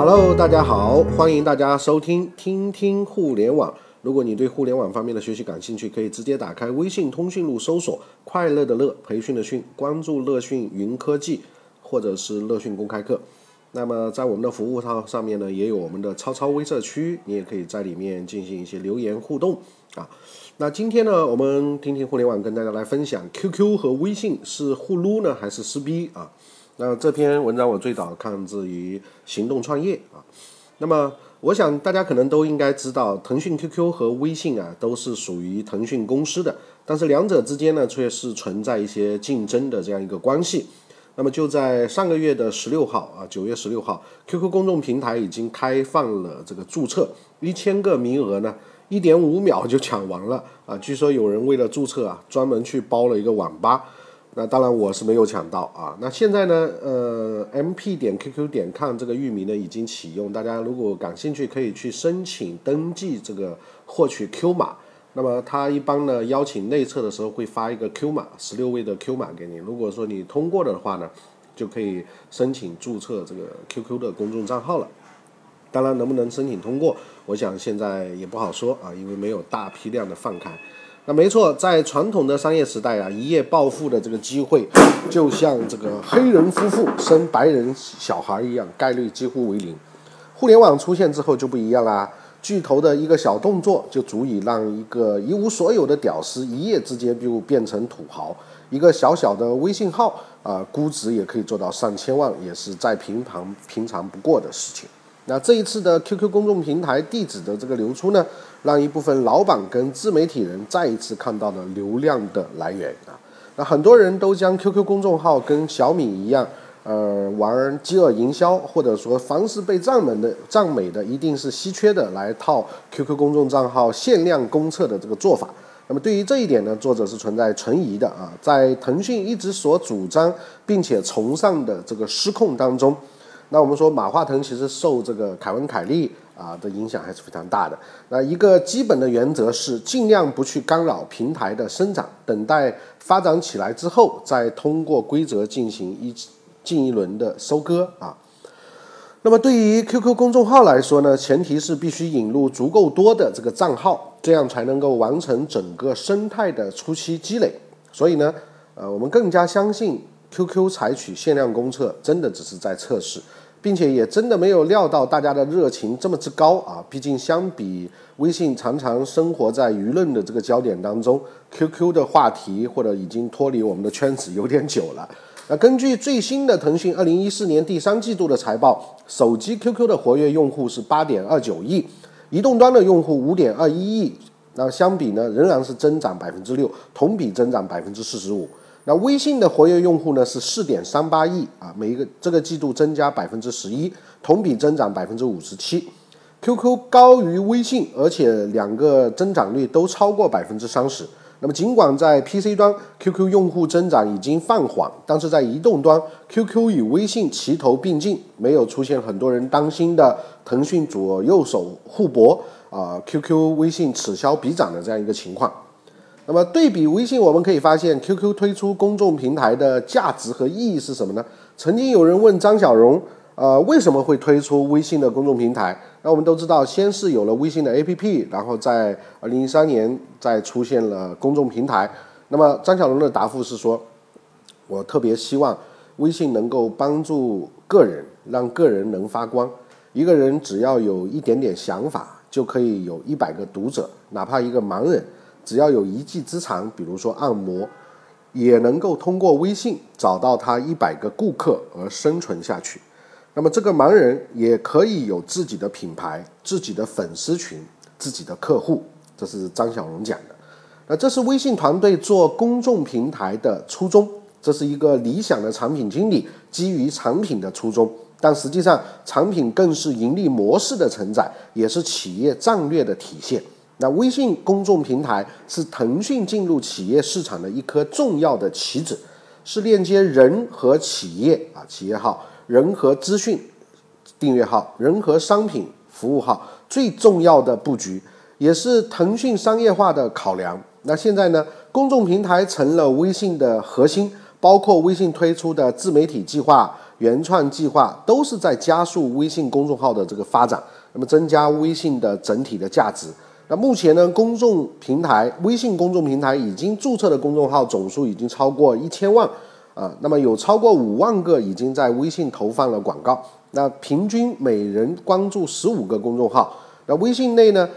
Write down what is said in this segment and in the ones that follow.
Hello， 大家好，欢迎大家收听听听互联网。如果你对互联网方面的学习感兴趣，可以直接打开微信通讯录搜索快乐的乐，培训的训，关注乐讯云科技或者是乐讯公开课。那么在我们的服务号上面呢，也有我们的超超微社区，你也可以在里面进行一些留言互动啊。那今天呢，我们听听互联网跟大家来分享 QQ 和微信是互撸呢还是撕逼啊？那这篇文章我最早看自于行动创业啊。那么我想大家可能都应该知道，腾讯 QQ 和微信啊都是属于腾讯公司的，但是两者之间呢却是存在一些竞争的这样一个关系。那么就在上个月的16号啊，9月16号 QQ 公众平台已经开放了这个注册，1000个名额呢1.5秒就抢完了啊！据说有人为了注册啊专门去包了一个网吧。那当然我是没有抢到啊。那现在呢mp.qq.com 这个域名呢已经启用，大家如果感兴趣可以去申请登记这个获取 Q 码。那么他一般呢邀请内测的时候会发一个 Q 码，16位的 Q 码给你，如果说你通过的话呢就可以申请注册这个 QQ 的公众账号了。当然能不能申请通过我想现在也不好说啊，因为没有大批量的放开。那没错，在传统的商业时代啊，一夜暴富的这个机会就像这个黑人夫妇生白人小孩一样，概率几乎为零。互联网出现之后就不一样啦，巨头的一个小动作就足以让一个一无所有的屌丝一夜之间就变成土豪。一个小小的微信号估值也可以做到上千万，也是再平常不过的事情。那这一次的 QQ 公众平台地址的这个流出呢，让一部分老板跟自媒体人再一次看到了流量的来源啊。那很多人都将 QQ 公众号跟小米一样，玩饥饿营销，或者说凡是被赞美的一定是稀缺的，来套 QQ 公众账号限量公测的这个做法。那么对于这一点呢，作者是存在存疑的啊。在腾讯一直所主张并且崇尚的这个失控当中，那我们说马化腾其实受这个凯文凯利的影响还是非常大的。那一个基本的原则是尽量不去干扰平台的生长，等待发展起来之后再通过规则进行进一轮的收割啊。那么对于 QQ 公众号来说呢，前提是必须引入足够多的这个账号，这样才能够完成整个生态的初期积累。所以呢我们更加相信 QQ 采取限量公测真的只是在测试，并且也真的没有料到大家的热情这么之高啊！毕竟相比微信常常生活在舆论的这个焦点当中， QQ 的话题或者已经脱离我们的圈子有点久了。那根据最新的腾讯2014年第3季度的财报，手机 QQ 的活跃用户是 8.29 亿，移动端的用户 5.21亿，那相比呢仍然是增长 6%， 同比增长 45%。那微信的活跃用户呢是 4.38 亿啊，每一个这个季度增加 11%， 同比增长 57%。 QQ 高于微信，而且两个增长率都超过 30%。 那么尽管在 PC 端 QQ 用户增长已经放缓，但是在移动端 QQ 与微信齐头并进，没有出现很多人担心的腾讯左右手互搏QQ 微信此消彼长的这样一个情况。那么对比微信，我们可以发现 QQ 推出公众平台的价值和意义是什么呢？曾经有人问张小荣为什么会推出微信的公众平台？那我们都知道，先是有了微信的 APP， 然后在2013年再出现了公众平台。那么张小荣的答复是说，我特别希望微信能够帮助个人，让个人能发光。一个人只要有一点点想法，就可以有100个读者，哪怕一个盲人只要有一技之长，比如说按摩，也能够通过微信找到他100个顾客而生存下去。那么这个盲人也可以有自己的品牌、自己的粉丝群、自己的客户，这是张小荣讲的。那这是微信团队做公众平台的初衷，这是一个理想的产品经理基于产品的初衷，但实际上产品更是盈利模式的承载，也是企业战略的体现。那微信公众平台是腾讯进入企业市场的一颗重要的棋子，是链接人和企业企业号、人和资讯订阅号、人和商品服务号最重要的布局，也是腾讯商业化的考量。那现在呢，公众平台成了微信的核心，包括微信推出的自媒体计划、 原创计划都是在加速微信公众号的这个发展，那么增加微信的整体的价值。那目前呢，微信公众平台已经注册的公众号总数已经超过1000万那么有超过5万个已经在微信投放了广告，那平均每人关注15个公众号。那微信内呢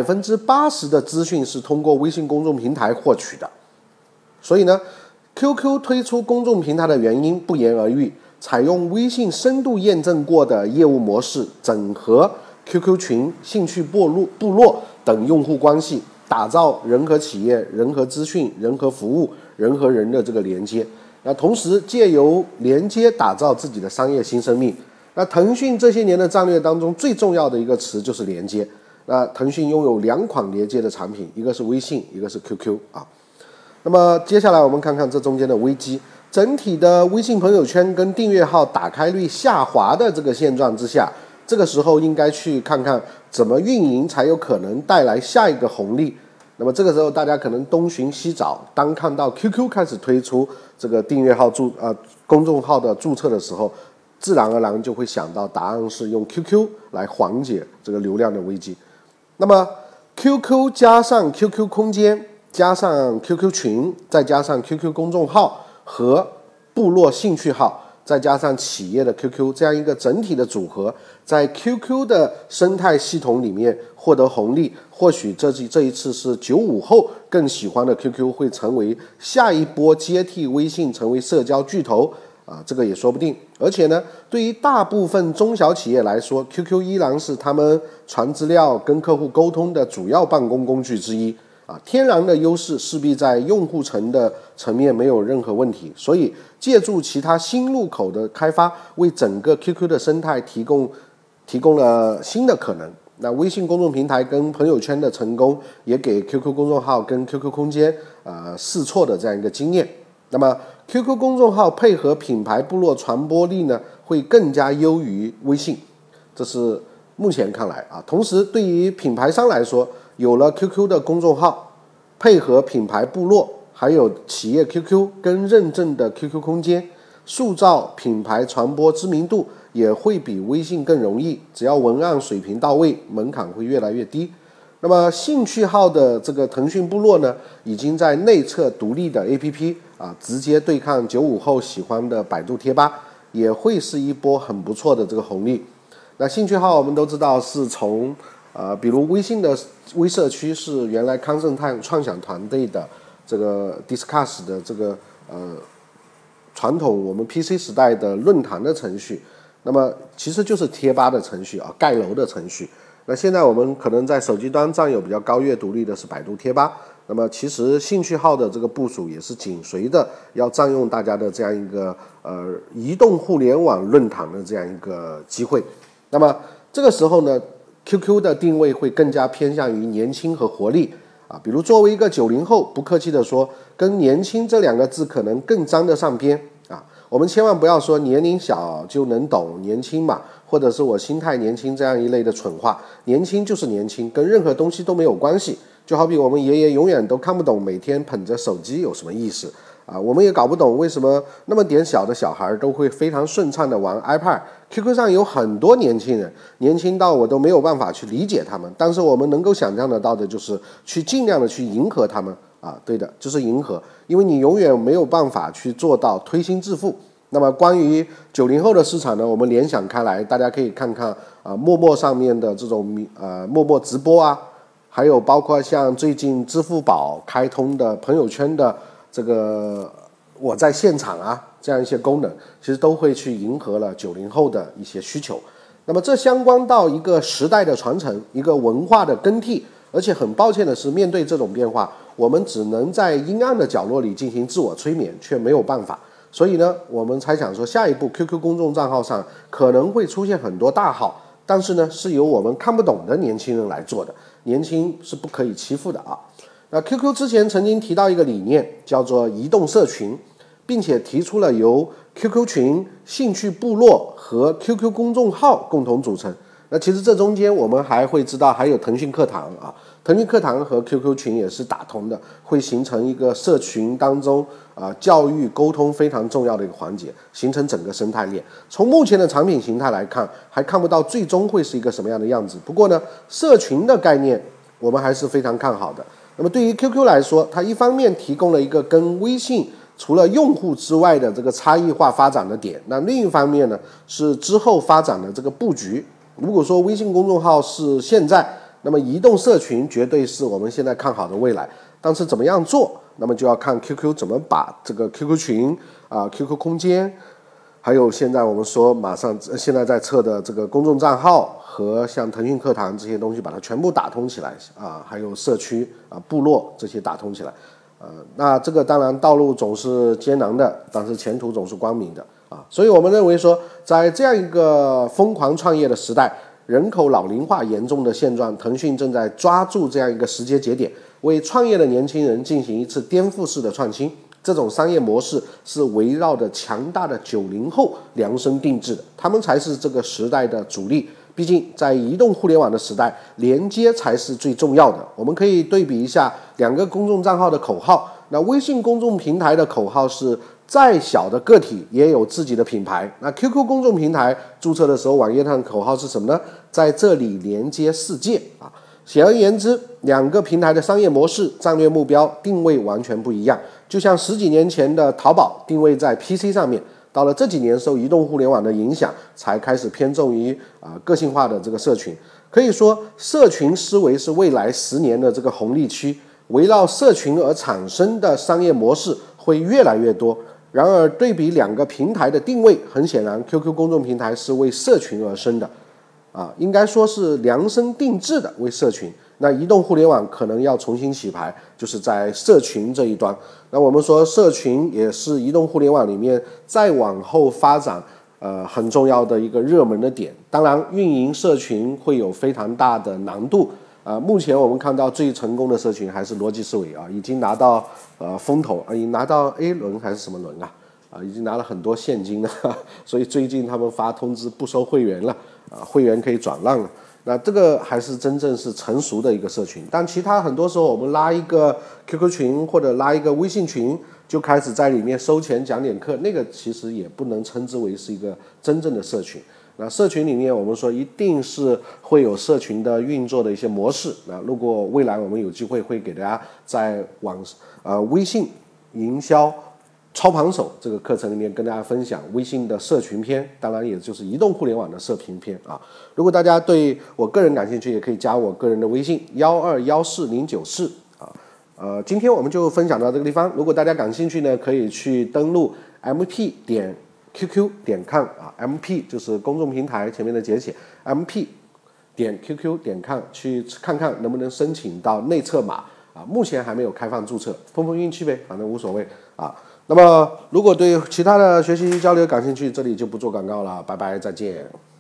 ，80%的资讯是通过微信公众平台获取的。所以呢 ，QQ 推出公众平台的原因不言而喻，采用微信深度验证过的业务模式，整合 QQ 群、兴趣部落等用户关系，打造人和企业、人和资讯、人和服务、人和人的这个连接。那同时借由连接打造自己的商业新生命。那腾讯这些年的战略当中最重要的一个词就是连接。那腾讯拥有2款连接的产品，一个是微信，一个是 QQ 那么接下来我们看看这中间的危机。整体的微信朋友圈跟订阅号打开率下滑的这个现状之下，这个时候应该去看看怎么运营才有可能带来下一个红利。那么这个时候大家可能东寻西找，当看到 QQ 开始推出这个订阅号公众号的注册的时候，自然而然就会想到答案是用 QQ 来缓解这个流量的危机。那么 QQ 加上 QQ 空间加上 QQ 群，再加上 QQ 公众号和部落兴趣号，再加上企业的 QQ， 这样一个整体的组合，在 QQ 的生态系统里面获得红利，或许这一次是95后更喜欢的 QQ 会成为下一波接替微信成为社交巨头这个也说不定。而且呢，对于大部分中小企业来说， QQ 依然是他们传资料跟客户沟通的主要办公工具之一天然的优势势必在用户层面没有任何问题，所以借助其他新入口的开发，为整个 QQ 的生态提供了新的可能。那微信公众平台跟朋友圈的成功，也给 QQ 公众号跟 QQ 空间试错的这样一个经验。那么 QQ 公众号配合品牌部落传播力呢，会更加优于微信，这是目前看来同时对于品牌商来说，有了 QQ 的公众号，配合品牌部落，还有企业 QQ 跟认证的 QQ 空间，塑造品牌传播知名度也会比微信更容易，只要文案水平到位，门槛会越来越低。那么兴趣号的这个腾讯部落呢，已经在内测独立的 APP直接对抗95后喜欢的百度贴吧，也会是一波很不错的这个红利。那兴趣号我们都知道是从比如微信的微社区是原来康盛创想团队的这个 Discuss 的这个传统我们 PC 时代的论坛的程序，那么其实就是贴吧的程序盖楼的程序。那现在我们可能在手机端占有比较高阅读率的是百度贴吧，那么其实兴趣号的这个部署也是紧随的要占用大家的这样一个移动互联网论坛的这样一个机会。那么这个时候呢， QQ 的定位会更加偏向于年轻和活力比如作为一个90后，不客气的说，跟年轻这2个字可能更沾得上边我们千万不要说年龄小就能懂年轻嘛，或者是我心态年轻这样一类的蠢话。年轻就是年轻，跟任何东西都没有关系。就好比我们爷爷永远都看不懂每天捧着手机有什么意思我们也搞不懂为什么那么点小的小孩都会非常顺畅的玩 iPad。QQ 上有很多年轻人，年轻到我都没有办法去理解他们，但是我们能够想象得到的就是去尽量的去迎合他们对的，就是迎合，因为你永远没有办法去做到推心置腹。那么关于90后的市场呢，我们联想开来，大家可以看看陌陌上面的这种陌陌直播还有包括像最近支付宝开通的朋友圈的这个我在现场这样一些功能，其实都会去迎合了90后的一些需求。那么这相关到一个时代的传承，一个文化的更替，而且很抱歉的是，面对这种变化，我们只能在阴暗的角落里进行自我催眠，却没有办法。所以呢，我们才想说下一步 QQ 公众账号上可能会出现很多大号，但是呢是由我们看不懂的年轻人来做的，年轻是不可以欺负的那 QQ 之前曾经提到一个理念叫做移动社群，并且提出了由 QQ 群、兴趣部落和 QQ 公众号共同组成。那那其实这中间我们还会知道还有腾讯课堂啊，腾讯课堂和 QQ 群也是打通的，会形成一个社群当中教育沟通非常重要的一个环节，形成整个生态链。从目前的产品形态来看，还看不到最终会是一个什么样的样子。不过呢，社群的概念我们还是非常看好的。那么对于 QQ 来说，它一方面提供了一个跟微信除了用户之外的这个差异化发展的点，那另一方面呢是之后发展的这个布局。如果说微信公众号是现在，那么移动社群绝对是我们现在看好的未来。但是怎么样做，那么就要看 QQ 怎么把这个 QQ 群QQ 空间，还有现在我们说现在在测的这个公众账号和像腾讯课堂这些东西把它全部打通起来还有社区部落这些打通起来。那这个当然道路总是艰难的，但是前途总是光明的所以我们认为说，在这样一个疯狂创业的时代，人口老龄化严重的现状，腾讯正在抓住这样一个时间节点，为创业的年轻人进行一次颠覆式的创新。这种商业模式是围绕着强大的90后量身定制的，他们才是这个时代的主力。毕竟在移动互联网的时代，连接才是最重要的。我们可以对比一下两个公众账号的口号。那微信公众平台的口号是再小的个体也有自己的品牌。那 QQ 公众平台注册的时候，网页上的口号是什么呢？在这里连接世界显而言之，两个平台的商业模式、战略目标、定位完全不一样。就像10几年前的淘宝定位在 PC 上面，到了这几年受移动互联网的影响，才开始偏重于个性化的这个社群。可以说，社群思维是未来10年的这个红利区，围绕社群而产生的商业模式会越来越多。然而，对比两个平台的定位，很显然 QQ 公众平台是为社群而生的应该说是量身定制的为社群。那移动互联网可能要重新洗牌，就是在社群这一端。那我们说社群也是移动互联网里面再往后发展很重要的一个热门的点。当然运营社群会有非常大的难度目前我们看到最成功的社群还是逻辑思维已经拿到风投已经拿到 A 轮还是什么轮已经拿了很多现金了所以最近他们发通知不收会员了会员可以转让了。那这个还是真正是成熟的一个社群。但其他很多时候我们拉一个 QQ 群或者拉一个微信群，就开始在里面收钱讲点课，那个其实也不能称之为是一个真正的社群。那社群里面我们说一定是会有社群的运作的一些模式。那如果未来我们有机会会给大家在微信营销操盘手这个课程里面跟大家分享微信的社群篇，当然也就是移动互联网的社群篇如果大家对我个人感兴趣，也可以加我个人的微信1214094今天我们就分享到这个地方。如果大家感兴趣呢，可以去登录 mp.qq.com MP 就是公众平台前面的简写 mp.qq.com 去看看能不能申请到内测码目前还没有开放注册，碰碰运气呗，反正无所谓那么如果对其他的学习交流感兴趣，这里就不做广告了，拜拜，再见。